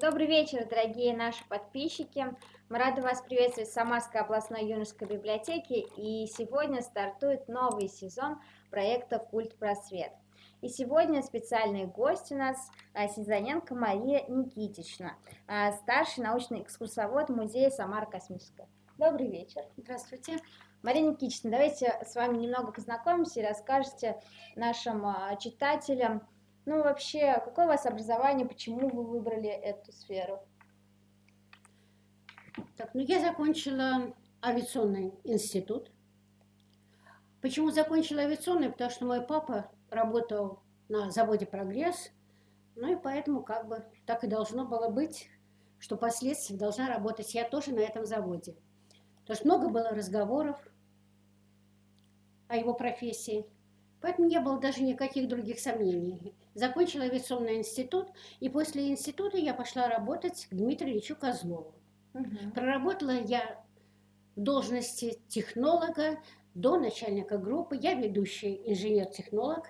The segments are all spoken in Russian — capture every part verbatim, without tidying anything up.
Добрый вечер, дорогие наши подписчики. Мы рады вас приветствовать в Самарской областной юношеской библиотеке. И сегодня стартует новый сезон проекта «Культ просвет». И сегодня специальный гость у нас Сизаненко Мария Никитична, старший научный экскурсовод музея Самара Космическая. Добрый вечер. Здравствуйте. Мария Никитична, давайте с вами немного познакомимся и расскажете нашим читателям, ну, вообще, какое у вас образование, почему вы выбрали эту сферу? Так, ну я закончила авиационный институт. Почему закончила авиационный? Потому что мой папа работал на заводе «Прогресс», ну и поэтому как бы так и должно было быть, что впоследствии должна работать я тоже на этом заводе. Потому что много было разговоров о его профессии, поэтому не было даже никаких других сомнений. Закончила авиационный институт, и после института я пошла работать к Дмитрию Ильичу Козлову. Угу. Проработала я в должности технолога до начальника группы. Я ведущий инженер-технолог.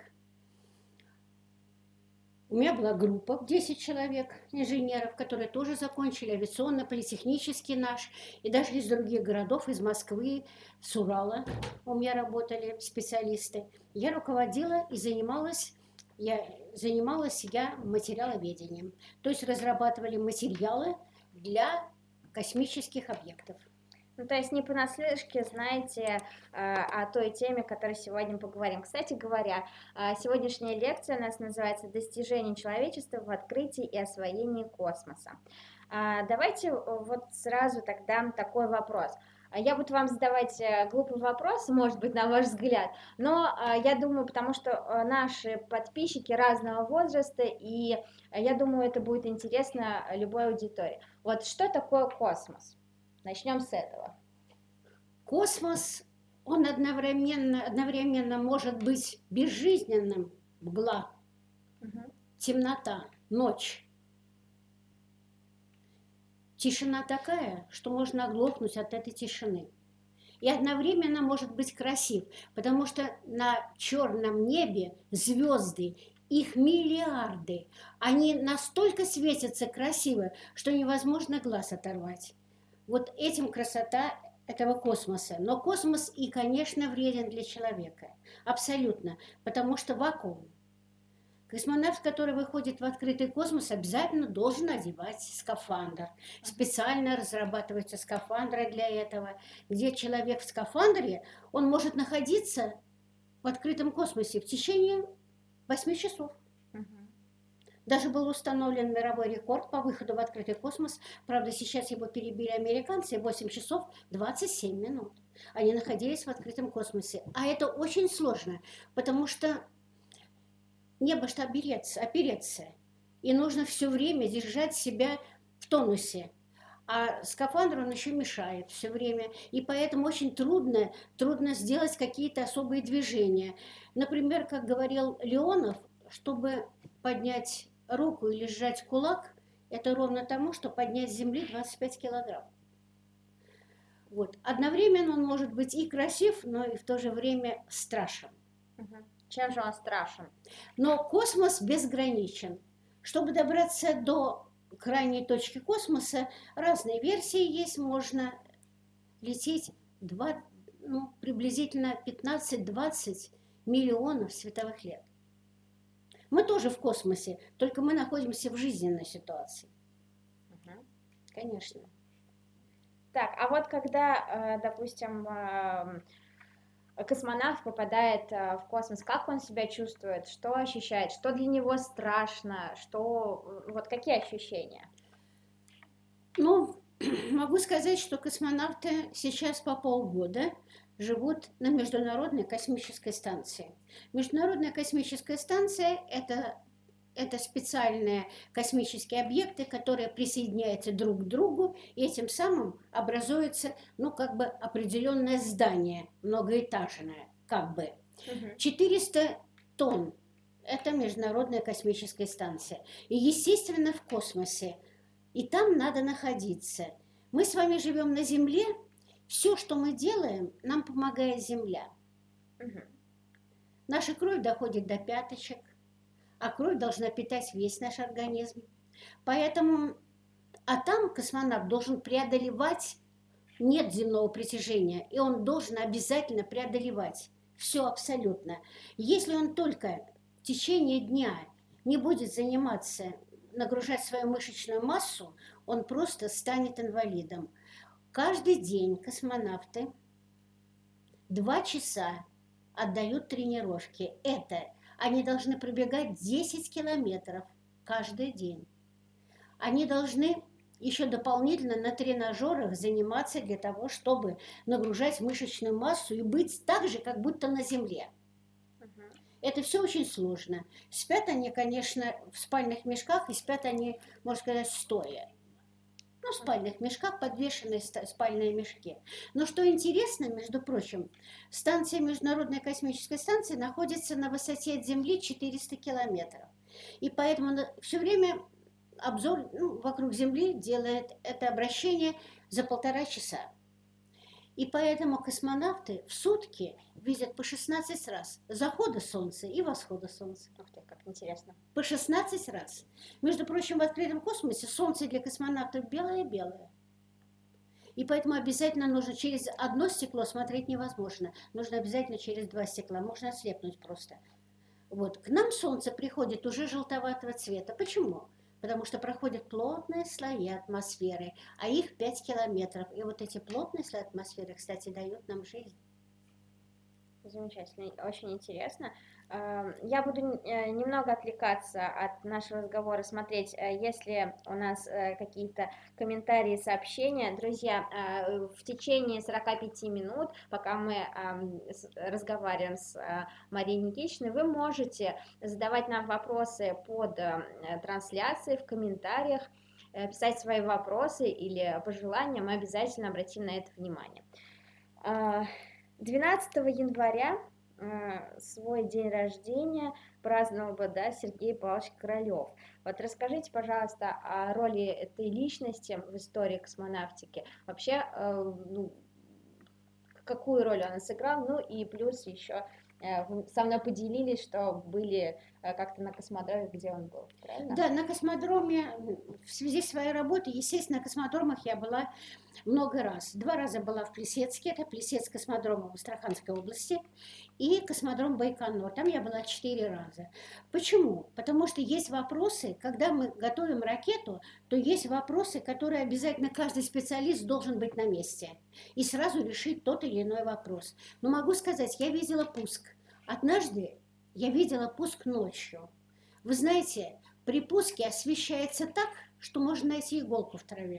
У меня была группа в десять человек инженеров, которые тоже закончили авиационно-политехнический наш. И даже из других городов, из Москвы, с Урала у меня работали специалисты. Я руководила и занималась, я, занималась я материаловедением. То есть разрабатывали материалы для космических объектов. Ну, то есть не понаслышке знаете э, о той теме, о которой сегодня поговорим. Кстати говоря, э, сегодняшняя лекция у нас называется «Достижение человечества в открытии и освоении космоса». Э, давайте вот сразу тогда такой вопрос. Я буду вам задавать глупый вопрос, может быть, на ваш взгляд, но э, я думаю, потому что наши подписчики разного возраста, и я думаю, это будет интересно любой аудитории. Вот что такое космос? Начнем с этого. Космос, он одновременно, одновременно может быть безжизненным, мгла, угу. темнота, ночь. Тишина такая, что можно оглохнуть от этой тишины. И одновременно может быть красив, потому что на черном небе звезды, их миллиарды, они настолько светятся красиво, что невозможно глаз оторвать. Вот этим красота этого космоса. Но космос и, конечно, вреден для человека. Абсолютно. Потому что вакуум. Космонавт, который выходит в открытый космос, обязательно должен одевать скафандр. Специально разрабатываются скафандры для этого, где человек в скафандре, он может находиться в открытом космосе в течение восьми часов. Даже был установлен мировой рекорд по выходу в открытый космос. Правда, сейчас его перебили американцы, восемь часов двадцать семь минут. Они находились в открытом космосе. А это очень сложно, потому что небо что опереться, опереться. И нужно все время держать себя в тонусе. А скафандр, он еще мешает все время. И поэтому очень трудно, трудно сделать какие-то особые движения. Например, как говорил Леонов, чтобы поднять руку или сжать кулак, это ровно тому, что поднять с земли двадцать пять килограмм. Вот. Одновременно он может быть и красив, но и в то же время страшен. Угу. Чем же он страшен? Но космос безграничен. Чтобы добраться до крайней точки космоса, разные версии есть. Можно лететь два, ну, приблизительно пятнадцать-двадцать миллионов световых лет. Мы тоже в космосе, только мы находимся в жизненной ситуации. Угу. Конечно. Так, а вот когда, допустим, космонавт попадает в космос, как он себя чувствует, что ощущает, что для него страшно, что, вот какие ощущения? Ну, могу сказать, что космонавты сейчас по полгода живут на Международной космической станции. Международная космическая станция – это, это специальные космические объекты, которые присоединяются друг к другу, и этим самым образуется, ну, как бы определенное здание, многоэтажное, как бы. четыреста тонн – это Международная космическая станция. И, естественно, в космосе. И там надо находиться. Мы с вами живем на Земле. Все, что мы делаем, нам помогает Земля. Угу. Наша кровь доходит до пяточек, а кровь должна питать весь наш организм. Поэтому А там космонавт должен преодолевать, нет земного притяжения, и он должен обязательно преодолевать все абсолютно. Если он только в течение дня не будет заниматься, нагружать свою мышечную массу, он просто станет инвалидом. Каждый день космонавты два часа отдают тренировки. Это они должны пробегать десять километров каждый день. Они должны еще дополнительно на тренажерах заниматься для того, чтобы нагружать мышечную массу и быть так же, как будто на земле. Uh-huh. Это все очень сложно. Спят они, конечно, в спальных мешках, и спят они, можно сказать, стоя. Ну, в спальных мешках, подвешенные спальные мешки. Но что интересно, между прочим, станция, Международная космическая станция находится на высоте от Земли четыреста километров. И поэтому все время обзор, ну, вокруг Земли делает это обращение за полтора часа. И поэтому космонавты в сутки видят по шестнадцать раз захода Солнца и восхода Солнца. Ух ты, как интересно. По шестнадцать раз. Между прочим, в открытом космосе Солнце для космонавтов белое-белое. И поэтому обязательно нужно через одно стекло смотреть невозможно. Нужно обязательно через два стекла. Можно ослепнуть просто. Вот. К нам Солнце приходит уже желтоватого цвета. Почему? Потому что проходят плотные слои атмосферы, а их пять километров. И вот эти плотные слои атмосферы, кстати, дают нам жизнь. Замечательно, очень интересно. Я буду немного отвлекаться от нашего разговора, смотреть, если у нас какие-то комментарии, сообщения. Друзья, в течение сорока пяти минут, пока мы разговариваем с Марией Никитичной, вы можете задавать нам вопросы под трансляцией, в комментариях, писать свои вопросы или пожелания, мы обязательно обратим на это внимание. двенадцатого января э, свой день рождения праздновал бы, да, Сергей Павлович Королёв. Вот расскажите, пожалуйста, о роли этой личности в истории космонавтики. Вообще, э, ну, какую роль он сыграл, ну и плюс еще э, вы со мной поделились, что были э, как-то на космодроме, где он был, правильно? Да, на космодроме, в связи с своей работой, естественно, на космодромах я была много раз. Два раза была в Плесецке, это Плесецк космодром в Астраханской области, и космодром Байконур, там я была четыре раза. Почему? Потому что есть вопросы, когда мы готовим ракету, то есть вопросы, которые обязательно каждый специалист должен быть на месте и сразу решить тот или иной вопрос. Но могу сказать, я видела пуск. Однажды я видела пуск ночью. Вы знаете, при пуске освещается так, что можно найти иголку в траве.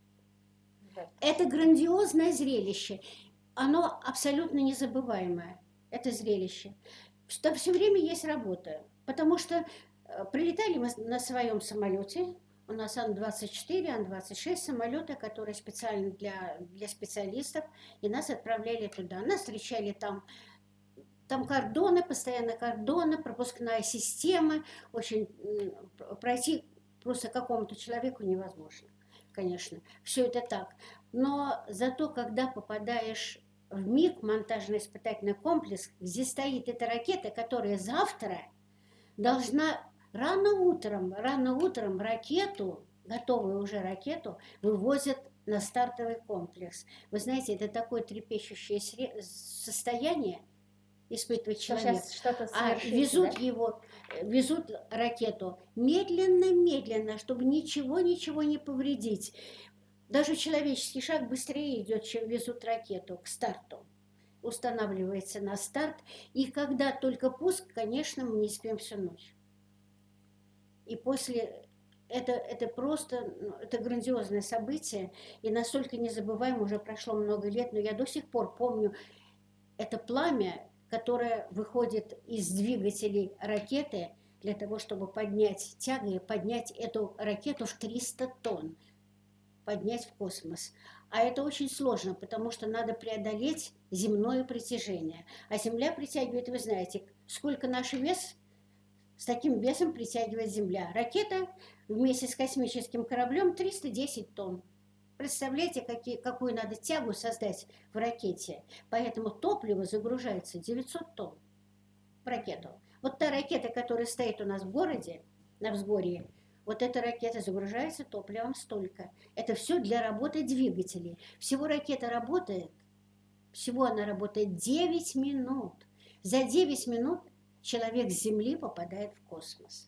Это грандиозное зрелище. Оно абсолютно незабываемое, это зрелище. Что все время есть работа. Потому что прилетали мы на своем самолете. У нас Ан двадцать четыре, Ан двадцать шесть самолеты, которые специально для, для специалистов. И нас отправляли туда. Нас встречали там. Там кордоны, постоянно кордоны, пропускная система. Очень пройти просто какому-то человеку невозможно, конечно. Все это так. Но зато, когда попадаешь в МИГ, монтажно-испытательный комплекс, где стоит эта ракета, которая завтра должна рано утром, рано утром ракету, готовую уже ракету, вывозят на стартовый комплекс. Вы знаете, это такое трепещущее состояние, испытывает человек, а везут да? его, везут ракету медленно-медленно, чтобы ничего-ничего не повредить. Даже человеческий шаг быстрее идет, чем везут ракету к старту. Устанавливается на старт, и когда только пуск, конечно, мы не спим всю ночь. И после это, это просто, ну, это грандиозное событие, и настолько незабываемо, уже прошло много лет, но я до сих пор помню это пламя, которая выходит из двигателей ракеты для того, чтобы поднять тягой, поднять эту ракету в триста тонн, поднять в космос. А это очень сложно, потому что надо преодолеть земное притяжение. А Земля притягивает, вы знаете, сколько наш вес, с таким весом притягивает Земля. Ракета вместе с космическим кораблем триста десять тонн. Представляете, какие, какую надо тягу создать в ракете. Поэтому топливо загружается девятьсот тонн в ракету. Вот та ракета, которая стоит у нас в городе, на взгорье, Вот эта ракета загружается топливом столько. Это все для работы двигателей. Всего ракета работает, всего она работает девять минут. За девять минут человек с Земли попадает в космос.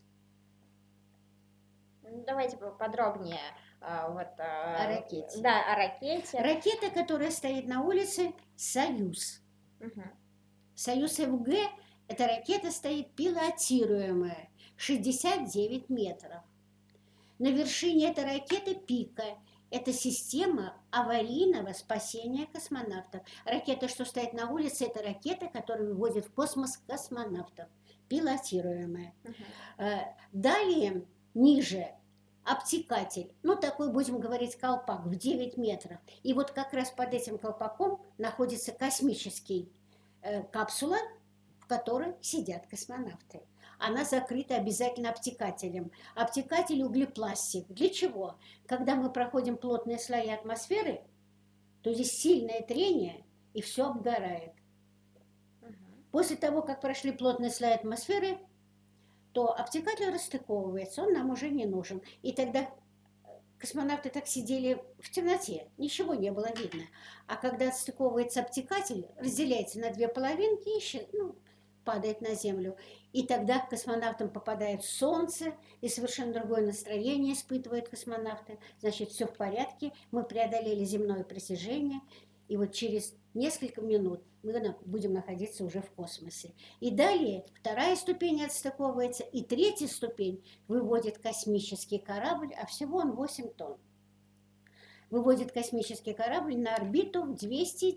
Давайте поподробнее а, вот, а, О ракете. Да, о ракете. Ракета, которая стоит на улице, «Союз». Угу. «Союз ФГ» – эта ракета стоит пилотируемая, шестьдесят девять метров. На вершине этой ракеты «Пика» – это система аварийного спасения космонавтов. Ракета, что стоит на улице, это ракета, которая выводит в космос космонавтов, пилотируемая. Угу. Далее, ниже, обтекатель, ну такой, будем говорить, колпак в девять метров. И вот как раз под этим колпаком находится космический э, капсула, в которой сидят космонавты. Она закрыта обязательно обтекателем. Обтекатель углепластик. Для чего? Когда мы проходим плотные слои атмосферы, то здесь сильное трение, и все обгорает. Угу. После того, как прошли плотные слои атмосферы, то обтекатель расстыковывается, он нам уже не нужен. И тогда космонавты так сидели в темноте, ничего не было видно. А когда отстыковывается обтекатель, разделяется на две половинки и ну, падает на Землю. И тогда к космонавтам попадает солнце, и совершенно другое настроение испытывают космонавты. Значит, все в порядке, мы преодолели земное притяжение, и вот через несколько минут мы будем находиться уже в космосе. И далее вторая ступень отстыковывается, и третья ступень выводит космический корабль, а всего он восемь тонн. Выводит космический корабль на орбиту в двести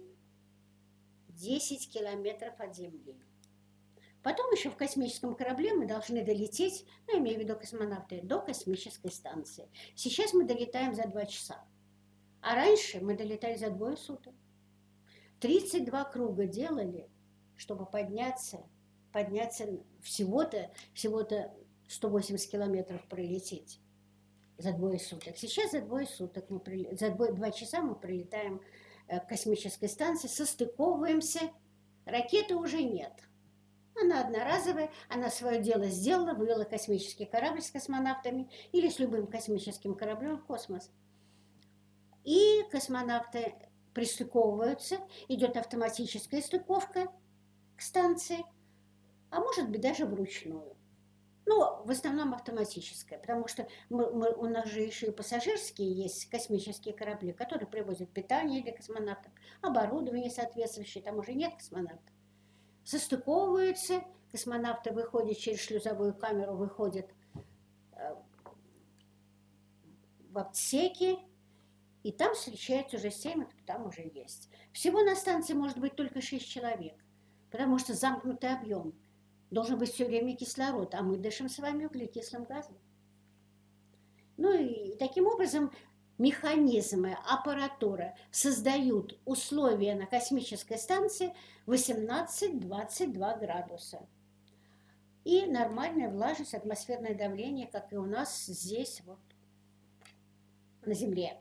десять километров от Земли. Потом еще в космическом корабле мы должны долететь, ну, я имею в виду космонавты, до космической станции. Сейчас мы долетаем за два часа, а раньше мы долетали за двое суток. тридцать два круга делали, чтобы подняться, подняться всего-то, всего-то сто восемьдесят километров пролететь за двое суток. Сейчас за двое суток, мы прилет... за два часа мы прилетаем к космической станции, состыковываемся, ракеты уже нет. Она одноразовая, она свое дело сделала, вывела космический корабль с космонавтами или с любым космическим кораблем в космос. И космонавты пристыковываются, идет автоматическая стыковка к станции, а может быть даже вручную. Ну, в основном автоматическая, потому что мы, мы, у нас же еще и пассажирские есть космические корабли, которые привозят питание для космонавтов, оборудование соответствующее, там уже нет космонавтов. Состыковываются, космонавты выходят через шлюзовую камеру, выходят в отсеки, и там встречаются уже с теми, кто там уже есть. Всего на станции может быть только шесть человек, потому что замкнутый объем. Должен быть все время кислород, а мы дышим с вами углекислым газом. Ну и таким образом механизмы, аппаратура создают условия на космической станции восемнадцать-двадцать два градуса. И нормальная влажность, атмосферное давление, как и у нас здесь, вот, на Земле.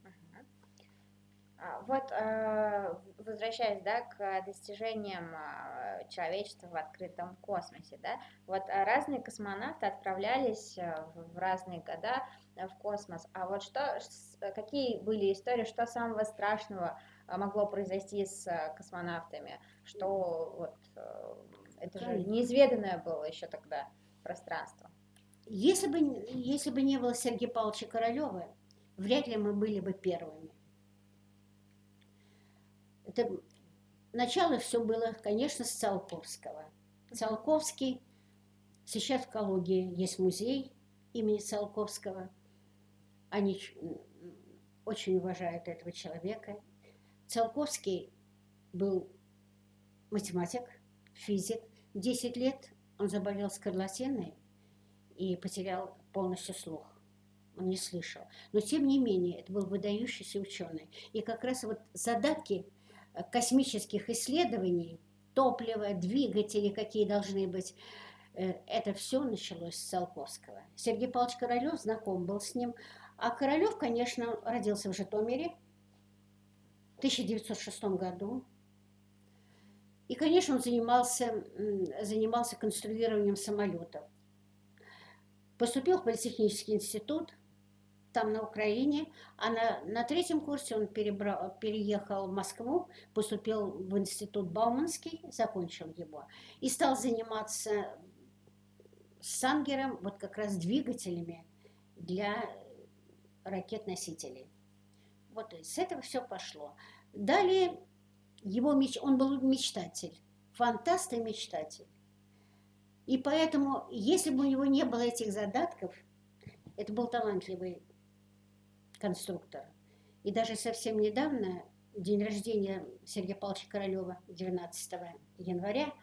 Вот, возвращаясь, да, к достижениям человечества в открытом космосе, да, вот разные космонавты отправлялись в разные года в космос, а вот что, какие были истории, что самого страшного могло произойти с космонавтами, что вот, это же неизведанное было еще тогда пространство. Если бы, если бы не было Сергея Павловича Королева, вряд ли мы были бы первыми. Это, начало все было, конечно, с Циолковского. Циолковский, сейчас в Калуге есть музей имени Циолковского. Они очень уважают этого человека. Циолковский был математик, физик. десять лет он заболел скарлатиной и потерял полностью слух. Он не слышал. Но, тем не менее, это был выдающийся ученый. И как раз вот задатки космических исследований, топлива, двигатели, какие должны быть, это все началось с Циолковского. Сергей Павлович Королев знаком был с ним. А Королев, конечно, родился в Житомире в тысяча девятьсот шестом году. И, конечно, он занимался, занимался конструированием самолетов. Поступил в политехнический институт, там на Украине, а на, на третьем курсе он перебрал, переехал в Москву, поступил в институт Бауманский, закончил его, и стал заниматься с Сангером вот как раз двигателями для ракет-носителей. Вот с этого все пошло. Далее его меч... он был мечтатель, фантаст и мечтатель. И поэтому, если бы у него не было этих задатков, это был талантливый конструктор. И даже совсем недавно, день рождения Сергея Павловича Королева, двенадцатого января,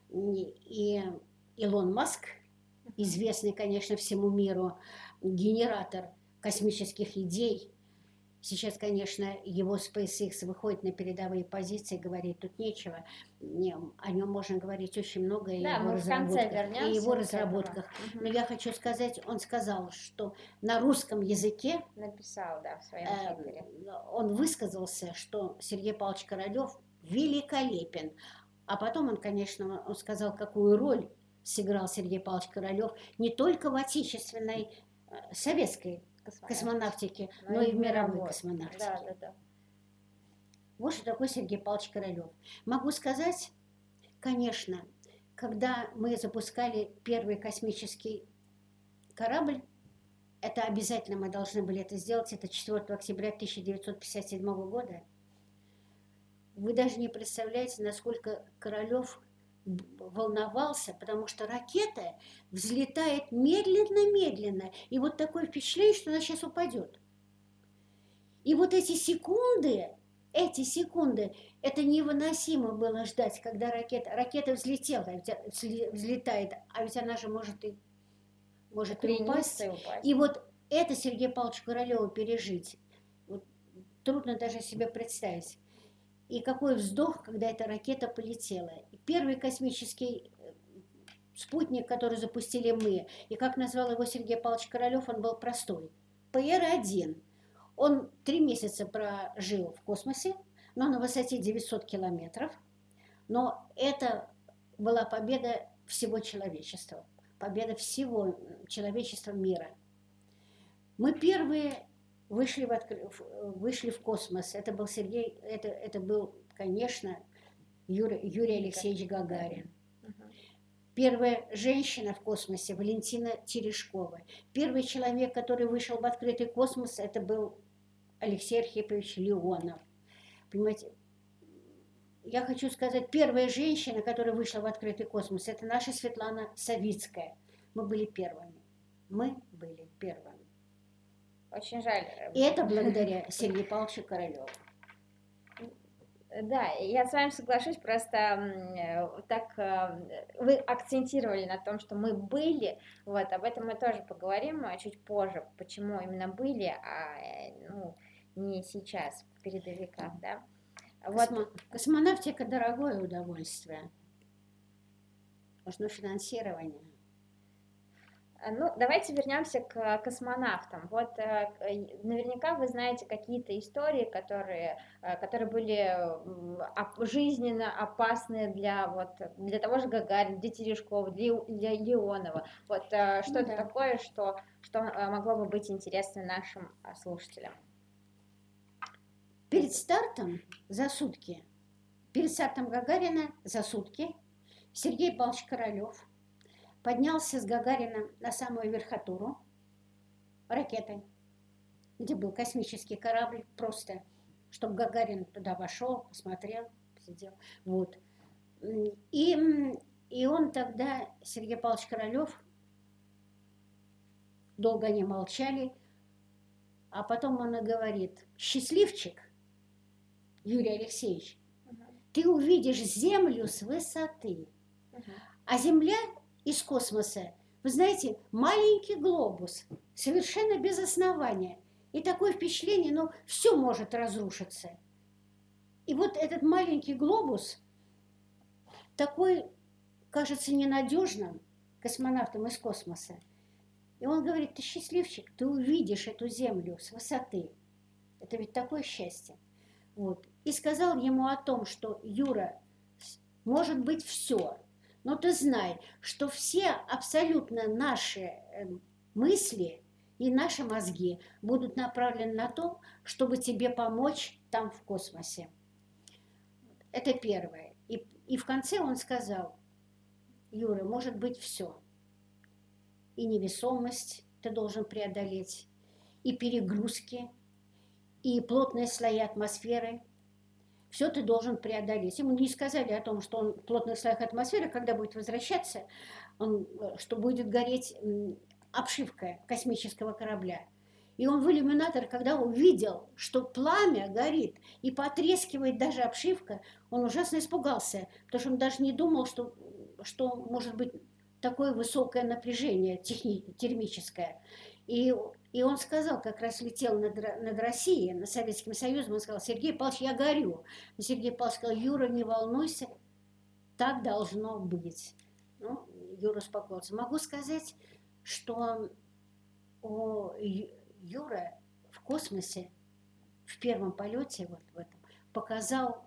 и Илон Маск, известный, конечно, всему миру генератор космических идей, сейчас, конечно, его SpaceX выходит на передовые позиции, говорит, тут нечего. Не, о нем можно говорить очень много, и да, его разработках. И его разработках. Угу. Но я хочу сказать, он сказал, что на русском языке написал, да, в своем твиттере. Э, он высказался, что Сергей Павлович Королев великолепен. А потом он, конечно, он сказал, какую роль сыграл Сергей Павлович Королев не только в отечественной э, советской космонавтике, но, но и в мировой, мировой космонавтике. Да, да, да. Вот что такое Сергей Павлович Королев. Могу сказать, конечно, когда мы запускали первый космический корабль, это обязательно мы должны были это сделать, это четвёртого октября тысяча девятьсот пятьдесят седьмого года. Вы даже не представляете, насколько Королев волновался, потому что ракета взлетает медленно-медленно, и вот такое впечатление, что она сейчас упадет. И вот эти секунды, эти секунды, это невыносимо было ждать, когда ракета, ракета взлетела, взлетает, а ведь она же может и, может и упасть. и упасть. И вот это Сергею Павловичу Королеву пережить, вот, трудно даже себе представить. И какой вздох, когда эта ракета полетела. И первый космический спутник, который запустили мы, и как назвал его Сергей Павлович Королев, он был простой. Пэ эр один. Он три месяца прожил в космосе, но на высоте девятьсот километров. Но это была победа всего человечества. Победа всего человечества мира. Мы первые... Вышли в, откры... вышли в космос. Это был Сергей, это, это был, конечно, Юрий, Юрий Алексеевич Гагарин. Первая женщина в космосе Валентина Терешкова. Первый человек, который вышел в открытый космос, это был Алексей Архипович Леонов. Понимаете, я хочу сказать, первая женщина, которая вышла в открытый космос, это наша Светлана Савицкая. Мы были первыми. Мы были первыми. Очень жаль. И это благодаря Сергею Павловичу Королеву. Да, я с вами соглашусь, просто так вы акцентировали на том, что мы были, вот, об этом мы тоже поговорим чуть позже, почему именно были, а ну, не сейчас, в передовиках, да. Вот. Космо... Космонавтика – дорогое удовольствие. Нужно финансирование. Ну, давайте вернемся к космонавтам. Вот наверняка вы знаете какие-то истории, которые, которые были жизненно опасны для, вот, для того же Гагарина, для Терешкова, для, для Леонова. Вот что-то ну, да. такое, что, что могло бы быть интересно нашим слушателям. Перед стартом за сутки, перед стартом Гагарина за сутки Сергей Павлович Королев поднялся с Гагарином на самую верхотуру ракетой, где был космический корабль, просто, чтобы Гагарин туда вошел, посмотрел, сидел. Вот. И, и он тогда, Сергей Павлович Королев, долго они молчали, а потом он и говорит: счастливчик, Юрий Алексеевич, угу. ты увидишь Землю с высоты, угу. а Земля из космоса, вы знаете, маленький глобус, совершенно без основания. И такое впечатление, ну, все может разрушиться. И вот этот маленький глобус, такой, кажется, ненадежным космонавтом из космоса. И он говорит: ты счастливчик, ты увидишь эту Землю с высоты. Это ведь такое счастье. Вот. И сказал ему о том, что, Юра, может быть все. Но ты знай, что все абсолютно наши мысли и наши мозги будут направлены на то, чтобы тебе помочь там в космосе. Это первое. И, и в конце он сказал: Юра, может быть все. И невесомость ты должен преодолеть, и перегрузки, и плотные слои атмосферы. Все ты должен преодолеть. Ему не сказали о том, что он в плотных слоях атмосферы, когда будет возвращаться, он, что будет гореть обшивка космического корабля. И он в иллюминатор, когда увидел, что пламя горит и потрескивает даже обшивка, он ужасно испугался, потому что он даже не думал, что, что может быть такое высокое напряжение техни, термическое. И, и он сказал, как раз летел над, над Россией, над Советским Союзом, он сказал: Сергей Павлович, я горю. И Сергей Павлович сказал: Юра, не волнуйся, так должно быть. Ну, Юра успокоился. Могу сказать, что у Юра в космосе в первом полете вот в этом показал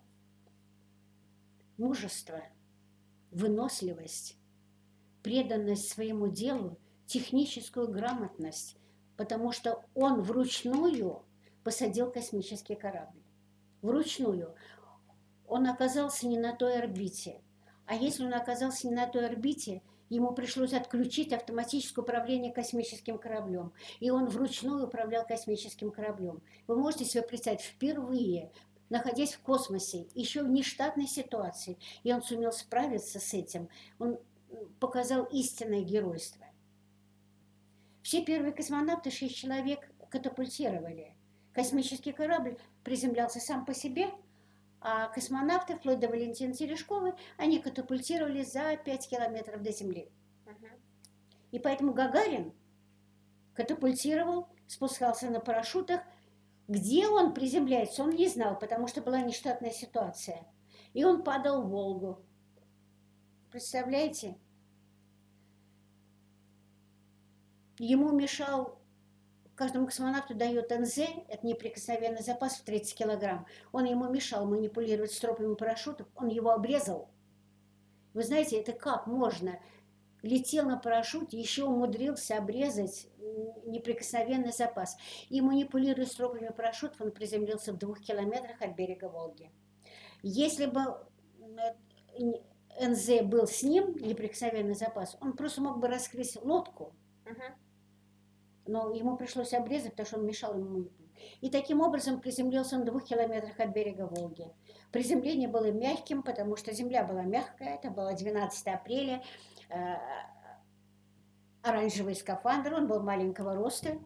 мужество, выносливость, преданность своему делу, техническую грамотность, потому что он вручную посадил космический корабль. Вручную. Он оказался не на той орбите. А если он оказался не на той орбите, ему пришлось отключить автоматическое управление космическим кораблем. И он вручную управлял космическим кораблем. Вы можете себе представить, впервые, находясь в космосе, еще в нештатной ситуации, и он сумел справиться с этим, он показал истинное геройство. Все первые космонавты, шесть человек, катапультировали. Космический корабль приземлялся сам по себе, а космонавты, вплоть до Валентины Терешковой, они катапультировали за пять километров до Земли. Uh-huh. И поэтому Гагарин катапультировал, спускался на парашютах. Где он приземляется, он не знал, потому что была нештатная ситуация. И он падал в Волгу. Представляете? Ему мешал... Каждому космонавту дает эн зэ, это неприкосновенный запас в тридцать килограмм. Он ему мешал манипулировать стропами парашютов, он его обрезал. Вы знаете, это как можно? Летел на парашюте, еще умудрился обрезать неприкосновенный запас. И манипулируя стропами парашютов, он приземлился в двух километрах от берега Волги. Если бы эн зэ был с ним, неприкосновенный запас, он просто мог бы раскрыть лодку. Uh-huh. Но ему пришлось обрезать, потому что он мешал ему. И таким образом приземлился он в двух километрах от берега Волги. Приземление было мягким, потому что земля была мягкая. Это было двенадцатого апреля. Оранжевый скафандр, он был маленького роста.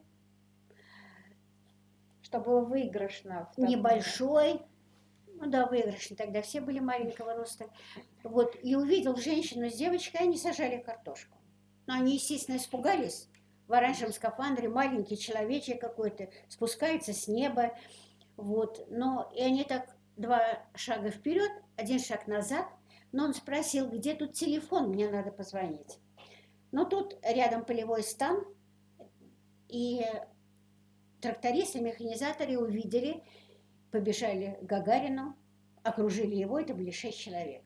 Что было выигрышно. Небольшой. Ну да, выигрышный. Тогда все были маленького роста. Вот. И увидел женщину с девочкой, они сажали картошку. Но они, естественно, испугались. В оранжевом скафандре маленький человечек какой-то спускается с неба. Вот. Но и они так два шага вперед, один шаг назад. Но он спросил, где тут телефон, мне надо позвонить. Но тут рядом полевой стан, и трактористы, механизаторы увидели, побежали к Гагарину, окружили его, это были шесть человек.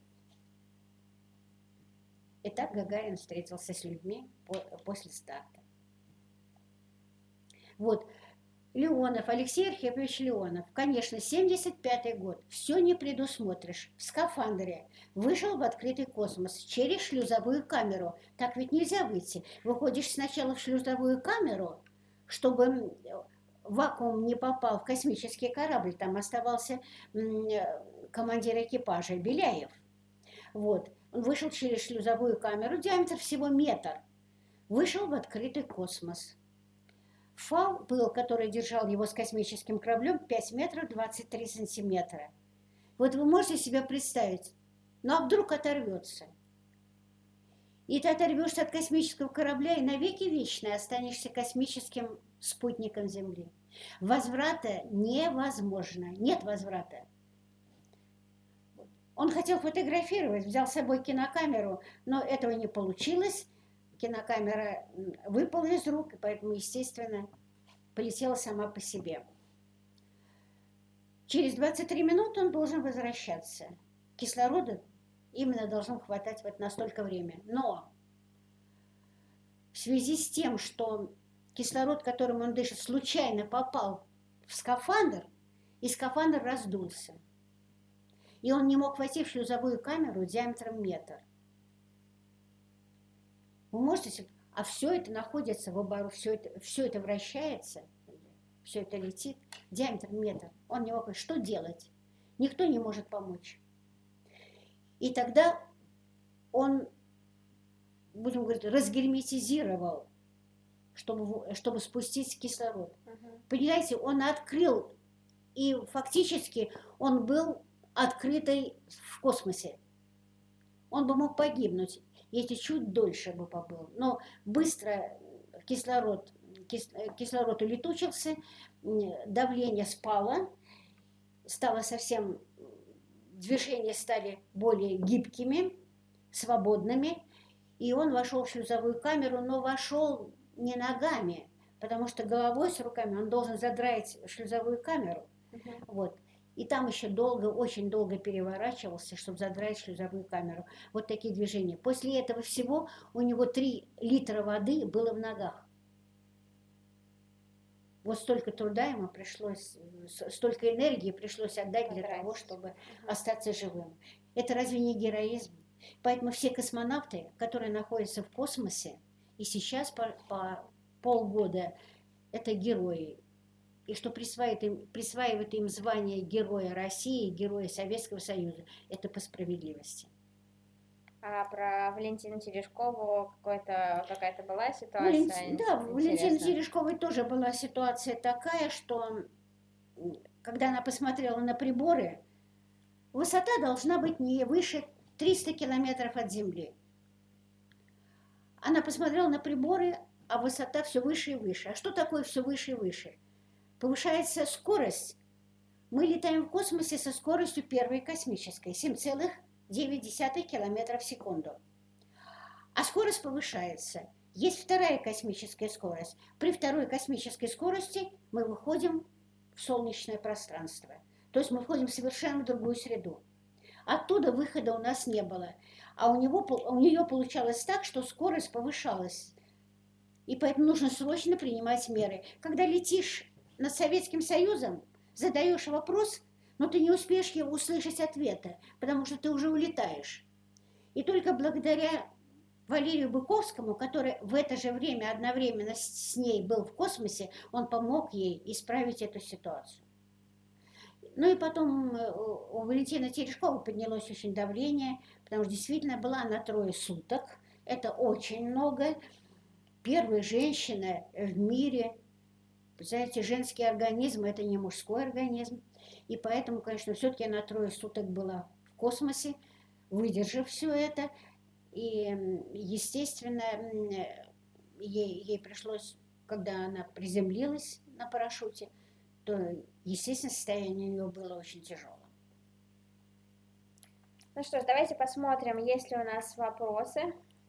И так Гагарин встретился с людьми после старта. Вот, Леонов, Алексей Архипович Леонов, конечно, семьдесят пятый год, все не предусмотришь, в скафандре, вышел в открытый космос через шлюзовую камеру, так ведь нельзя выйти, выходишь сначала в шлюзовую камеру, чтобы вакуум не попал в космический корабль, там оставался командир экипажа Беляев, вот, он вышел через шлюзовую камеру, диаметр всего метр, вышел в открытый космос. Фал был, который держал его с космическим кораблем, пять метров двадцать три сантиметра. Вот вы можете себе представить, ну а вдруг оторвется? И ты оторвешься от космического корабля и навеки вечные останешься космическим спутником Земли. Возврата невозможно, нет возврата. Он хотел фотографировать, взял с собой кинокамеру, но этого не получилось. Кинокамера выпала из рук, и поэтому, естественно, полетела сама по себе. Через двадцать три минуты он должен возвращаться. Кислорода именно должно хватать вот на столько времени. Но в связи с тем, что кислород, которым он дышит, случайно попал в скафандр, и скафандр раздулся. И он не мог войти в шлюзовую камеру диаметром метр. Вы можете себе... А все это находится в обороте, все это, все это вращается, все это летит, диаметр метр. Он не мог... Что делать? Никто не может помочь. И тогда он, будем говорить, разгерметизировал, чтобы, чтобы спустить кислород. Uh-huh. Понимаете, он открыл, и фактически он был открытый в космосе. Он бы мог погибнуть, если чуть дольше бы побыл. Но быстро кислород, кис, кислород улетучился, давление спало, стало совсем, движения стали более гибкими, свободными, и он вошел в шлюзовую камеру, но вошел не ногами, потому что головой с руками он должен задрать шлюзовую камеру. Uh-huh. Вот. И там еще долго, очень долго переворачивался, чтобы задрать шлюзовую камеру. Вот такие движения. После этого всего у него три литра воды было в ногах. Вот столько труда ему пришлось, столько энергии пришлось отдать для того, чтобы uh-huh. остаться живым. Это разве не героизм? Поэтому все космонавты, которые находятся в космосе, и сейчас по, по полгода, это герои. И что присваивает им, присваивает им звание Героя России, Героя Советского Союза, это по справедливости. А про Валентину Терешкову какая-то была ситуация? Валентин, да, у Валентины Терешковой тоже была ситуация такая, что когда она посмотрела на приборы, высота должна быть не выше триста километров от Земли. Она посмотрела на приборы, а высота все выше и выше. А что такое все выше и выше? Повышается скорость. Мы летаем в космосе со скоростью первой космической, семь целых девять десятых километров в секунду. А скорость повышается. Есть вторая космическая скорость. При второй космической скорости мы выходим в солнечное пространство. То есть мы входим в совершенно другую среду. Оттуда выхода у нас не было. А у, него, у нее получалось так, что скорость повышалась. И поэтому нужно срочно принимать меры. Когда летишь над Советским Союзом, задаешь вопрос, но ты не успеешь его услышать ответа, потому что ты уже улетаешь. И только благодаря Валерию Быковскому, который в это же время одновременно с ней был в космосе, он помог ей исправить эту ситуацию. Ну и потом у Валентины Терешковой поднялось очень давление, потому что действительно была на трое суток. Это очень много. Первая женщина в мире. Знаете, женский организм – это не мужской организм. И поэтому, конечно, все-таки она трое суток была в космосе, выдержав все это. И, естественно, ей, ей пришлось, когда она приземлилась на парашюте, то, естественно, состояние у нее было очень тяжелое. Ну что ж, давайте посмотрим, есть ли у нас вопросы.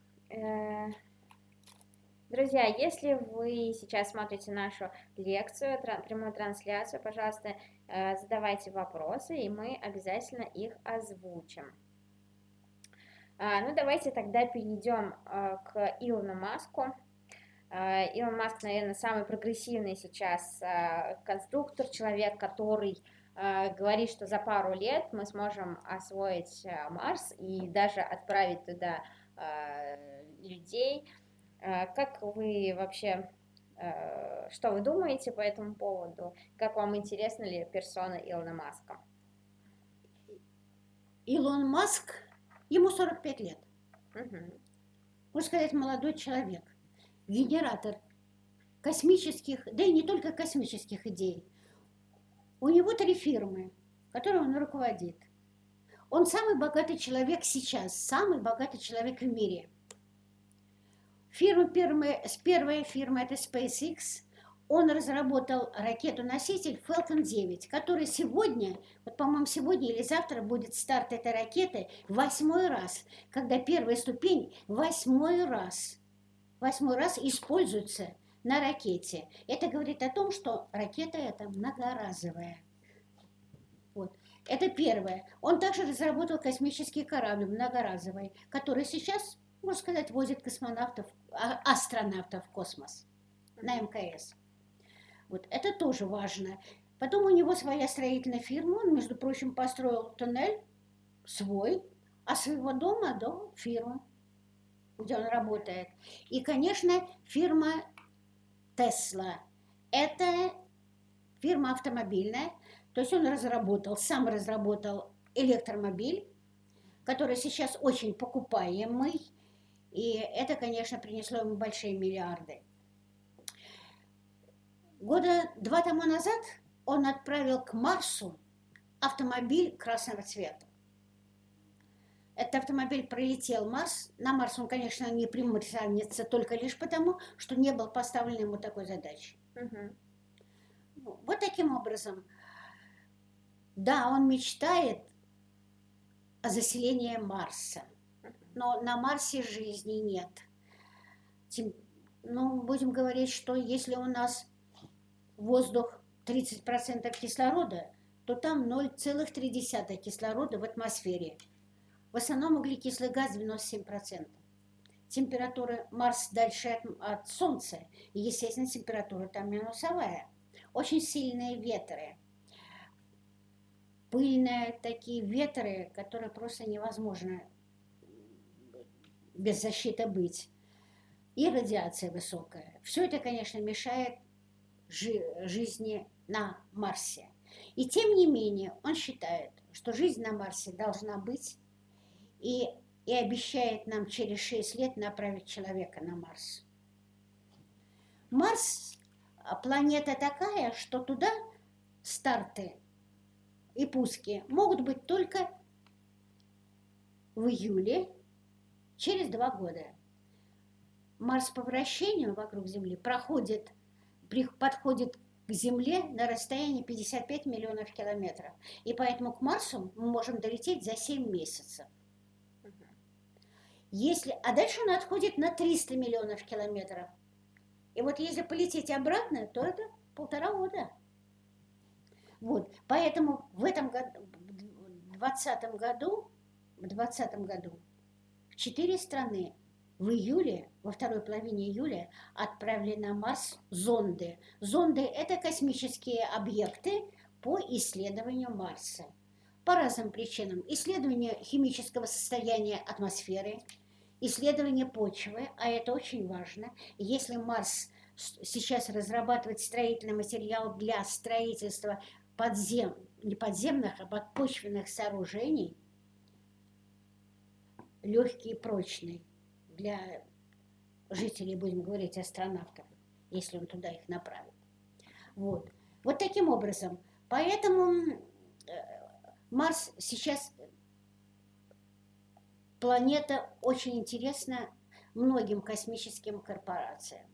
Друзья, если вы сейчас смотрите нашу лекцию, прямую трансляцию, пожалуйста, задавайте вопросы, и мы обязательно их озвучим. Ну, давайте тогда перейдем к Илону Маску. Илон Маск, наверное, самый прогрессивный сейчас конструктор, человек, который говорит, что за пару лет мы сможем освоить Марс и даже отправить туда людей. Как вы вообще, что вы думаете по этому поводу? Как вам интересна ли персона Илона Маска? Илон Маск, ему сорок пять лет. Угу. Можно сказать, молодой человек. Генератор космических, да и не только космических идей. У него три фирмы, которыми он руководит. Он самый богатый человек сейчас, самый богатый человек в мире. Фирма, первая, первая фирма это SpaceX. Он разработал ракету-носитель Falcon девять, который сегодня, вот, по-моему, сегодня или завтра будет старт этой ракеты восьмой раз, когда первая ступень восьмой раз. Восьмой раз используется на ракете. Это говорит о том, что ракета эта многоразовая. Вот. Это первое. Он также разработал космический корабль многоразовый, который сейчас, можно сказать, возит космонавтов, астронавтов в космос. на эм ка эс. Вот это тоже важно. Потом у него своя строительная фирма, он, между прочим, построил туннель свой, а своего дома до фирмы, где он работает. И, конечно, фирма Тесла. Это фирма автомобильная, то есть он разработал, сам разработал электромобиль, который сейчас очень покупаемый, и это, конечно, принесло ему большие миллиарды. Года два тому назад он отправил к Марсу автомобиль красного цвета. Этот автомобиль пролетел Марс. На Марс он, конечно, не приморсанится только лишь потому, что не был поставлен ему такой задачей. Угу. Вот таким образом. Да, он мечтает о заселении Марса, но на Марсе жизни нет. Тем, ну, будем говорить, что если у нас воздух тридцать процентов кислорода, то там ноль целых три десятых кислорода в атмосфере. В основном углекислый газ девяносто семь процентов. Температура Марса дальше от, от Солнца, и, естественно, температура там минусовая. Очень сильные ветры. Пыльные такие ветры, которые просто невозможно без защиты быть. И радиация высокая. Все это, конечно, мешает жи- жизни на Марсе. И тем не менее, он считает, что жизнь на Марсе должна быть, и, и обещает нам через шесть лет направить человека на Марс. Марс – планета такая, что туда старты и пуски могут быть только в июле, через два года. Марс по вращению вокруг Земли проходит, подходит к Земле на расстоянии пятьдесят пять миллионов километров. И поэтому к Марсу мы можем долететь за семь месяцев. Если, а дальше он отходит на триста миллионов километров. И вот если полететь обратно, то это полтора года. Вот, поэтому в этом году, в двадцатом году, в двадцатом году в четыре страны в июле, во второй половине июля отправили на Марс зонды. Зонды – это космические объекты по исследованию Марса. По разным причинам. Исследование химического состояния атмосферы, исследование почвы, а это очень важно. Если Марс сейчас разрабатывает строительный материал для строительства подзем, не подземных, а подпочвенных сооружений, легкий и прочный, для жителей, будем говорить, астронавтов, если он туда их направит. Вот. Вот таким образом. Поэтому Марс сейчас планета очень интересна многим космическим корпорациям.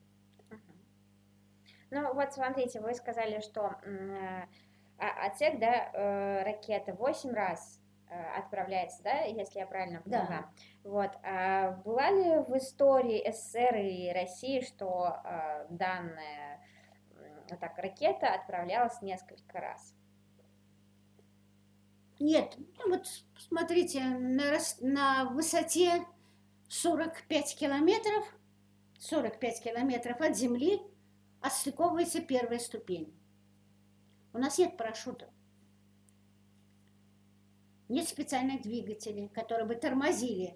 Ну вот смотрите, вы сказали, что э, отсек, да, э, ракеты восемь раз э, отправляется, да, если я правильно поняла. Да. Вот. А была ли в истории СССР и России, что э, данная э, так, ракета отправлялась несколько раз? Нет, ну вот смотрите, на, на высоте сорок пять километров, сорок пять километров от Земли отстыковывается первая ступень. У нас нет парашютов. Нет специальных двигателей, которые бы тормозили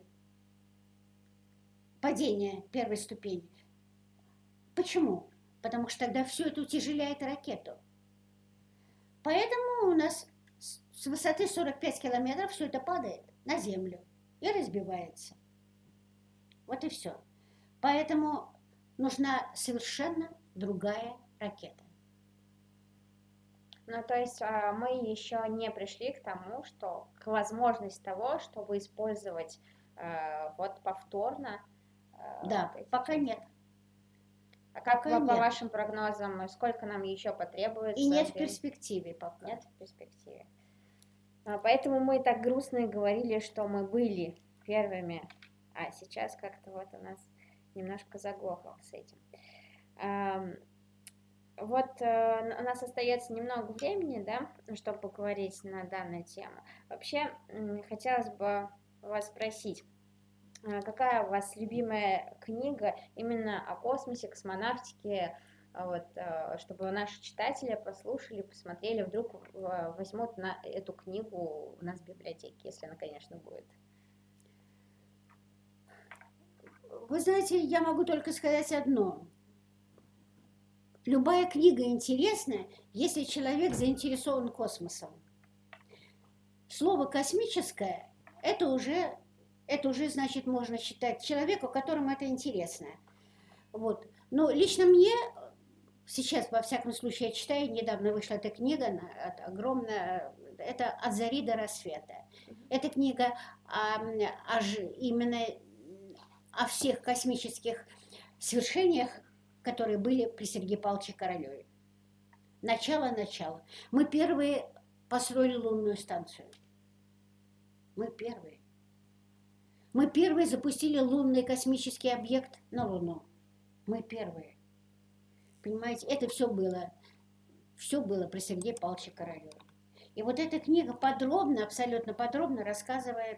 падение первой ступени. Почему? Потому что тогда все это утяжеляет ракету. Поэтому у нас с высоты сорок пять километров все это падает на Землю и разбивается. Вот и все. Поэтому нужна совершенно другая ракета. Ну, то есть мы еще не пришли к тому, что к возможности того, чтобы использовать э, вот повторно. Э, да, вот пока нет. А как по, по вашим прогнозам, сколько нам еще потребуется? И нет в перспективе пока. Нет в перспективе. Поэтому мы так грустно говорили, что мы были первыми, а сейчас как-то вот у нас немножко заглохло с этим. Вот э, у нас остается немного времени, да, чтобы поговорить на данную тему. Вообще, э, хотелось бы вас спросить, А какая у вас любимая книга именно о космосе, космонавтике, а вот, а, чтобы наши читатели послушали, посмотрели, вдруг а, возьмут на эту книгу у нас в библиотеке, если она, конечно, будет. Вы знаете, я могу только сказать одно. Любая книга интересна, если человек заинтересован космосом. Слово «космическое» — это уже, это уже, значит, можно считать человеку, которому это интересно. Вот. Но лично мне, сейчас, во всяком случае, я читаю, недавно вышла эта книга, огромная, это «От зари до рассвета». Эта книга о, о, именно о всех космических свершениях, которые были при Сергее Павловиче Королеве. Начало-начало. Мы первые построили лунную станцию. Мы первые. Мы первые запустили лунный космический объект на Луну. Мы первые. Понимаете, это все было, все было при Сергее Павловиче Королеве. И вот эта книга подробно, абсолютно подробно рассказывает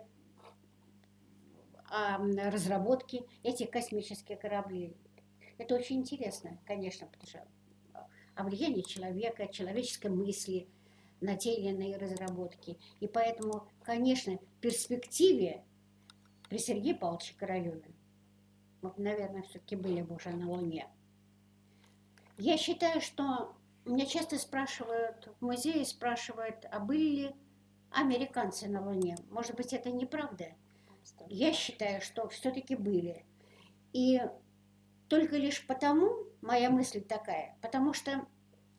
о разработке этих космических кораблей. Это очень интересно, конечно, потому что о влиянии человека, человеческой мысли на те или иные разработки. И поэтому, конечно, в перспективе при Сергее Павловиче Королеве мы, наверное, все-таки были бы уже на Луне. Я считаю, что меня часто спрашивают, в музее спрашивают, а были ли американцы на Луне? Может быть, это неправда? Я считаю, что все-таки были. И только лишь потому, моя мысль такая, потому что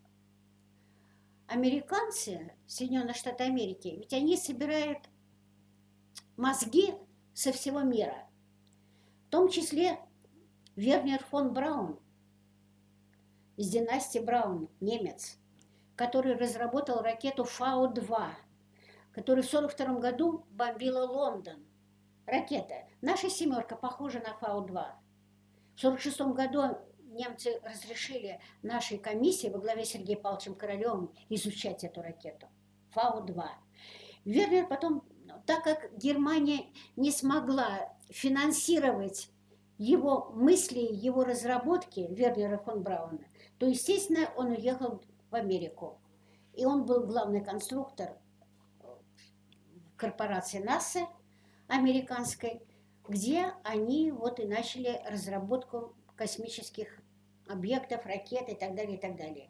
американцы, Соединенные Штаты Америки, ведь они собирают мозги со всего мира. В том числе Вернер фон Браун из династии Браун, немец, который разработал ракету Фау два, которая в сорок втором году бомбила Лондон. Ракета. Наша «семерка» похожа на Фау два. В сорок шестом году немцы разрешили нашей комиссии во главе с Сергеем Павловичем Королевым изучать эту ракету. Фау два. Вернер потом, так как Германия не смогла финансировать его мысли, его разработки, Вернера фон Брауна, то, естественно, он уехал в Америку. И он был главный конструктор корпорации НАСА американской, где они вот и начали разработку космических объектов, ракет и так далее, и так далее.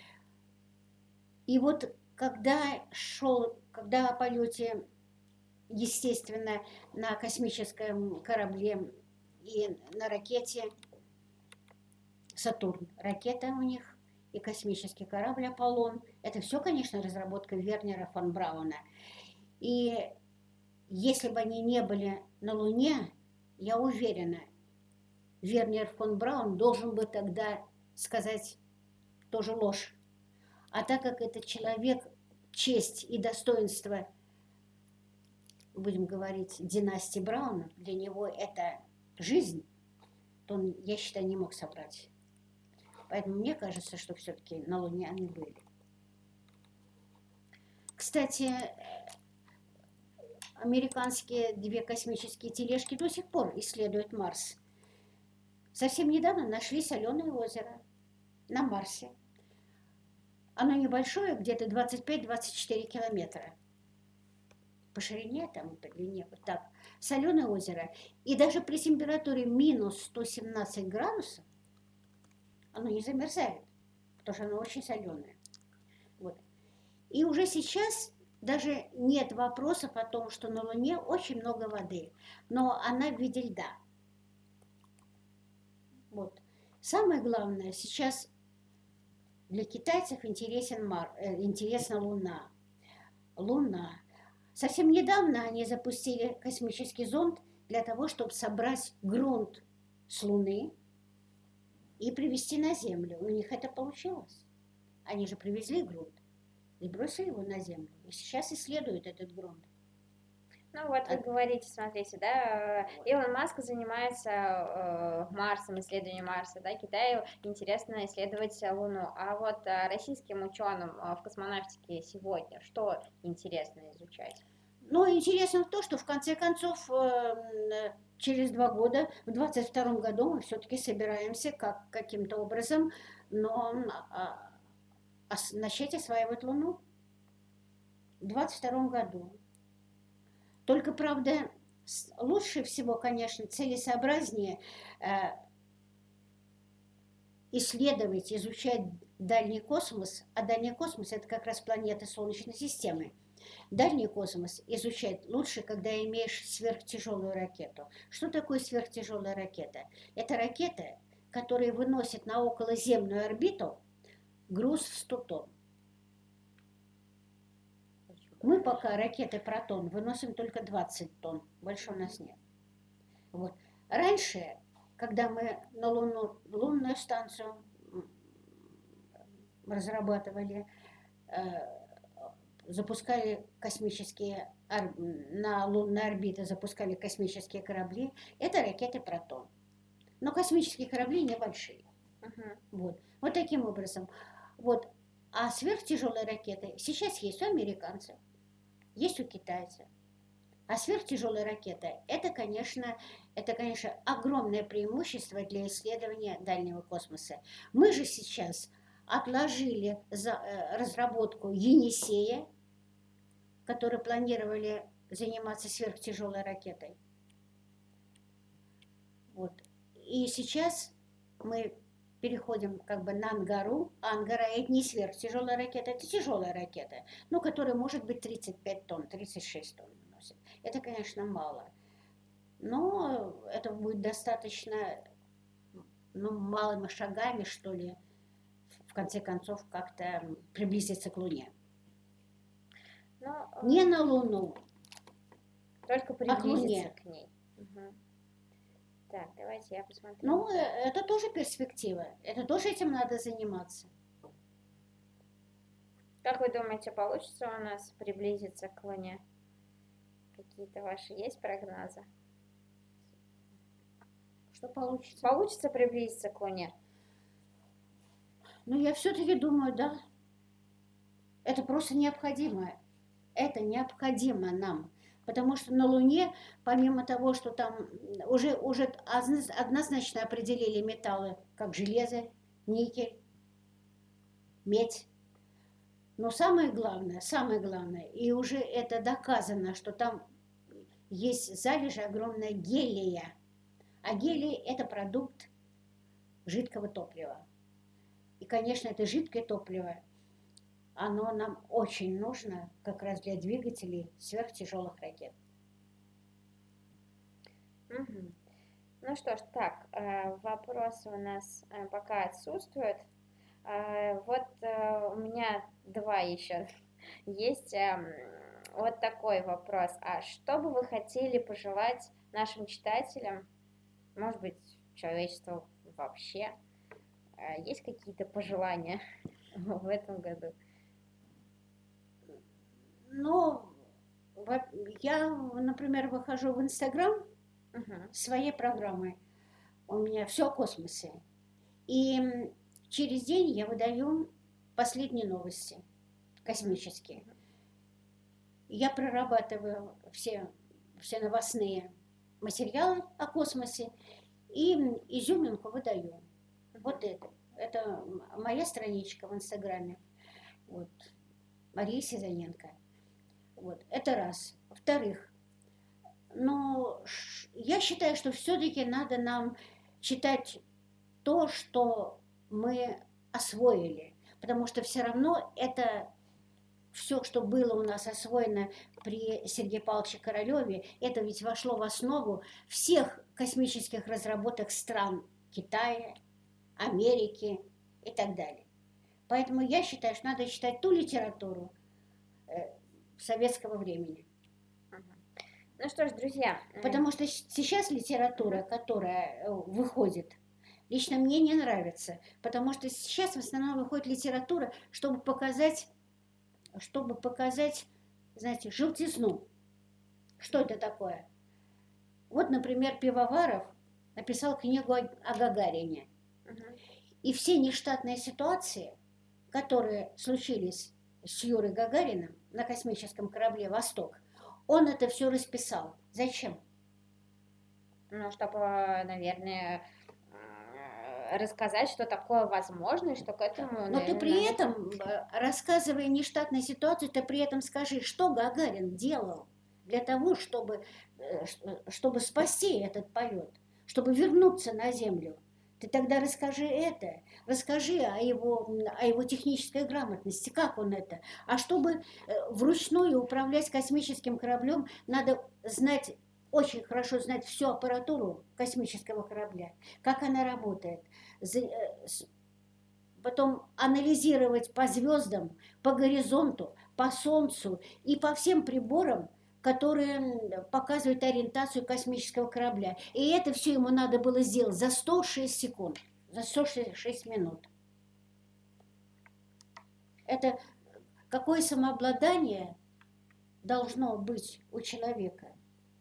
И вот когда шел, когда о полете, естественно, на космическом корабле и на ракете «Сатурн», ракета у них и космический корабль «Аполлон», это все, конечно, разработка Вернера фон Брауна. И если бы они не были на Луне, я уверена, Вернер фон Браун должен бы тогда сказать тоже ложь. А так как этот человек, честь и достоинство, будем говорить, династии Браунов, для него это жизнь, то он, я считаю, не мог собрать. Поэтому мне кажется, что все-таки на Луне они были. Кстати, американские две космические тележки до сих пор исследуют Марс. Совсем недавно нашли соленое озеро на Марсе. Оно небольшое, где-то двадцать пять - двадцать четыре километра. По ширине, там, по длине, вот так. Соленое озеро. И даже при температуре минус сто семнадцать градусов оно не замерзает, потому что оно очень соленое. Вот. И уже сейчас даже нет вопросов о том, что на Луне очень много воды, но она в виде льда. Вот. Самое главное, сейчас для китайцев интересен Мар, э, интересна Луна. Луна. Совсем недавно они запустили космический зонд для того, чтобы собрать грунт с Луны и привезти на Землю. У них это получилось. Они же привезли грунт и бросили его на Землю. И сейчас исследуют этот грунт. Ну вот вы а... говорите, смотрите, да, Илон Маск занимается э, Марсом, исследованием Марса, да, Китаю интересно исследовать Луну, а вот э, российским ученым э, в космонавтике сегодня что интересно изучать? Но интересно то, что в конце концов э, через два года, в двадцать втором году мы все-таки собираемся как, каким-то образом, но а, а, начать осваивать Луну в двадцать втором году. Только, правда, лучше всего, конечно, целесообразнее э, исследовать, изучать дальний космос, а дальний космос – это как раз планеты Солнечной системы. Дальний космос изучать лучше, когда имеешь сверхтяжелую ракету. Что такое сверхтяжелая ракета? Это ракета, которая выносит на околоземную орбиту груз в сто тонн. Мы пока ракеты «Протон» выносим только двадцать тонн, больше у нас нет. Вот. Раньше, когда мы на Луну, лунную станцию разрабатывали, запускали космические, на лунные орбиты запускали космические корабли, это ракеты «Протон». Но космические корабли небольшие. Uh-huh. Вот. Вот таким образом. Вот. А сверхтяжелые ракеты сейчас есть у американцев, есть у китайцев. А сверхтяжелая ракета это, конечно, это, конечно, огромное преимущество для исследования дальнего космоса. Мы же сейчас отложили за, э, разработку Енисея, которые планировали заниматься сверхтяжелой ракетой. Вот. И сейчас мы переходим как бы на Ангару. Ангара – это не сверхтяжелая ракета, это тяжелая ракета, но которая может быть тридцать пять тонн, тридцать шесть тонн носит. Это, конечно, мало. Но это будет достаточно, ну, малыми шагами, что ли, в конце концов, как-то приблизиться к Луне. Но, не на Луну, только приблизиться к, к ней. Угу. Так, давайте я посмотрю. Ну, это тоже перспектива. Это тоже этим надо заниматься. Как вы думаете, получится у нас приблизиться к Луне? Какие-то ваши есть прогнозы? Что получится? Получится приблизиться к Луне? Ну, я все-таки думаю, да. Это просто необходимо. Это необходимо нам. Потому что на Луне, помимо того, что там уже, уже однозначно определили металлы, как железо, никель, медь. Но самое главное, самое главное, и уже это доказано, что там есть залежи огромная гелия. А гелий – это продукт жидкого топлива. И, конечно, это жидкое топливо, оно нам очень нужно как раз для двигателей сверхтяжелых ракет. Угу. Ну что ж, так, вопросы у нас пока отсутствуют. Вот у меня два еще есть. Вот такой вопрос. А что бы вы хотели пожелать нашим читателям, может быть, человечеству вообще? Есть какие-то пожелания в этом году? Ну, я, например, выхожу в Инстаграм uh-huh. своей программой. У меня все о космосе. И через день я выдаю последние новости космические. Uh-huh. Я прорабатываю все, все новостные материалы о космосе и изюминку выдаю. Uh-huh. Вот это. Это моя страничка в Инстаграме. Вот. Мария Сизаненко. Вот, это раз. Во-вторых, но я считаю, что все-таки надо нам читать то, что мы освоили, потому что все равно это все, что было у нас освоено при Сергее Павловиче Королеве, это ведь вошло в основу всех космических разработок стран Китая, Америки и так далее. Поэтому я считаю, что надо читать ту литературу советского времени. Ну что ж, друзья. Потому что сейчас литература, которая выходит, лично мне не нравится. Потому что сейчас в основном выходит литература, чтобы показать, чтобы показать, знаете, желтизну. Что это такое? Вот, например, Пивоваров написал книгу о, о Гагарине. Uh-huh. И все нештатные ситуации, которые случились с Юрой Гагариным на космическом корабле «Восток», Он это все расписал. Зачем? Ну, чтобы, наверное, рассказать, что такое возможно, и что к этому, Но ты наверное, при надо... этом, рассказывая нештатной ситуации, ты при этом скажи, что Гагарин делал для того, чтобы, чтобы спасти этот полет, чтобы вернуться на Землю. Ты тогда расскажи это, расскажи о его, о его технической грамотности, как он это. А чтобы вручную управлять космическим кораблем, надо знать, очень хорошо знать всю аппаратуру космического корабля, как она работает, потом анализировать по звездам, по горизонту, по Солнцу и по всем приборам, которые показывают ориентацию космического корабля. И это все ему надо было сделать за сто шесть секунд, за сто шесть минут. Это какое самообладание должно быть у человека?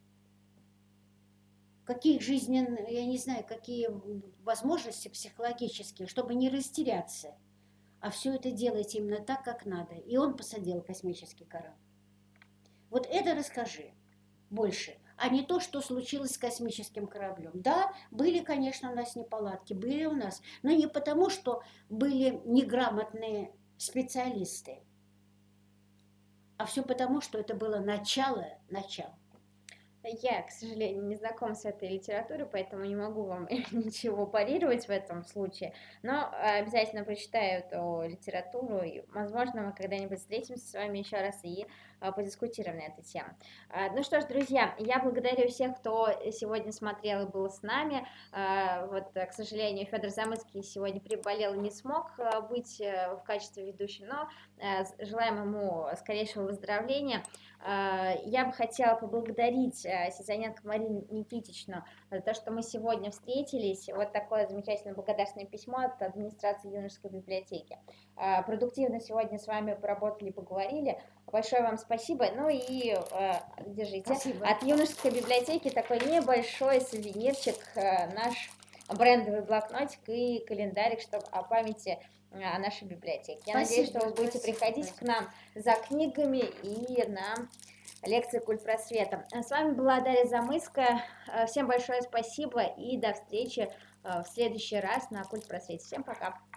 Какие жизненные, я не знаю, какие возможности психологические, чтобы не растеряться. А все это делать именно так, как надо. И он посадил космический корабль. Вот это расскажи больше, а не то, что случилось с космическим кораблем. Да, были, конечно, у нас неполадки, были у нас, но не потому, что были неграмотные специалисты, а все потому, что это было начало, начало. Я, к сожалению, не знакома с этой литературой, поэтому не могу вам ничего парировать в этом случае, но обязательно прочитаю эту литературу, и, возможно, мы когда-нибудь встретимся с вами еще раз и подискутируем на эту тему. Ну что ж, друзья, я благодарю всех, кто сегодня смотрел и был с нами. Вот, к сожалению, Федор Замыцкий сегодня приболел и не смог быть в качестве ведущего, но желаем ему скорейшего выздоровления. Я бы хотела поблагодарить Сизаненко Марину Никитичну за то, что мы сегодня встретились. Вот такое замечательное благодарственное письмо от администрации юношеской библиотеки. Продуктивно сегодня с вами поработали, поговорили. Большое вам спасибо. Ну и держите. Спасибо. От юношеской библиотеки такой небольшой сувенирчик, наш брендовый блокнотик и календарик, чтобы о памяти о нашей библиотеке. Я Спасибо, надеюсь, что вы будете спасибо, приходить спасибо. к нам за книгами и на лекции «Культ просвета». С вами была Дарья Замыцкая. Всем большое спасибо и до встречи в следующий раз на «Культ просвете». Всем пока!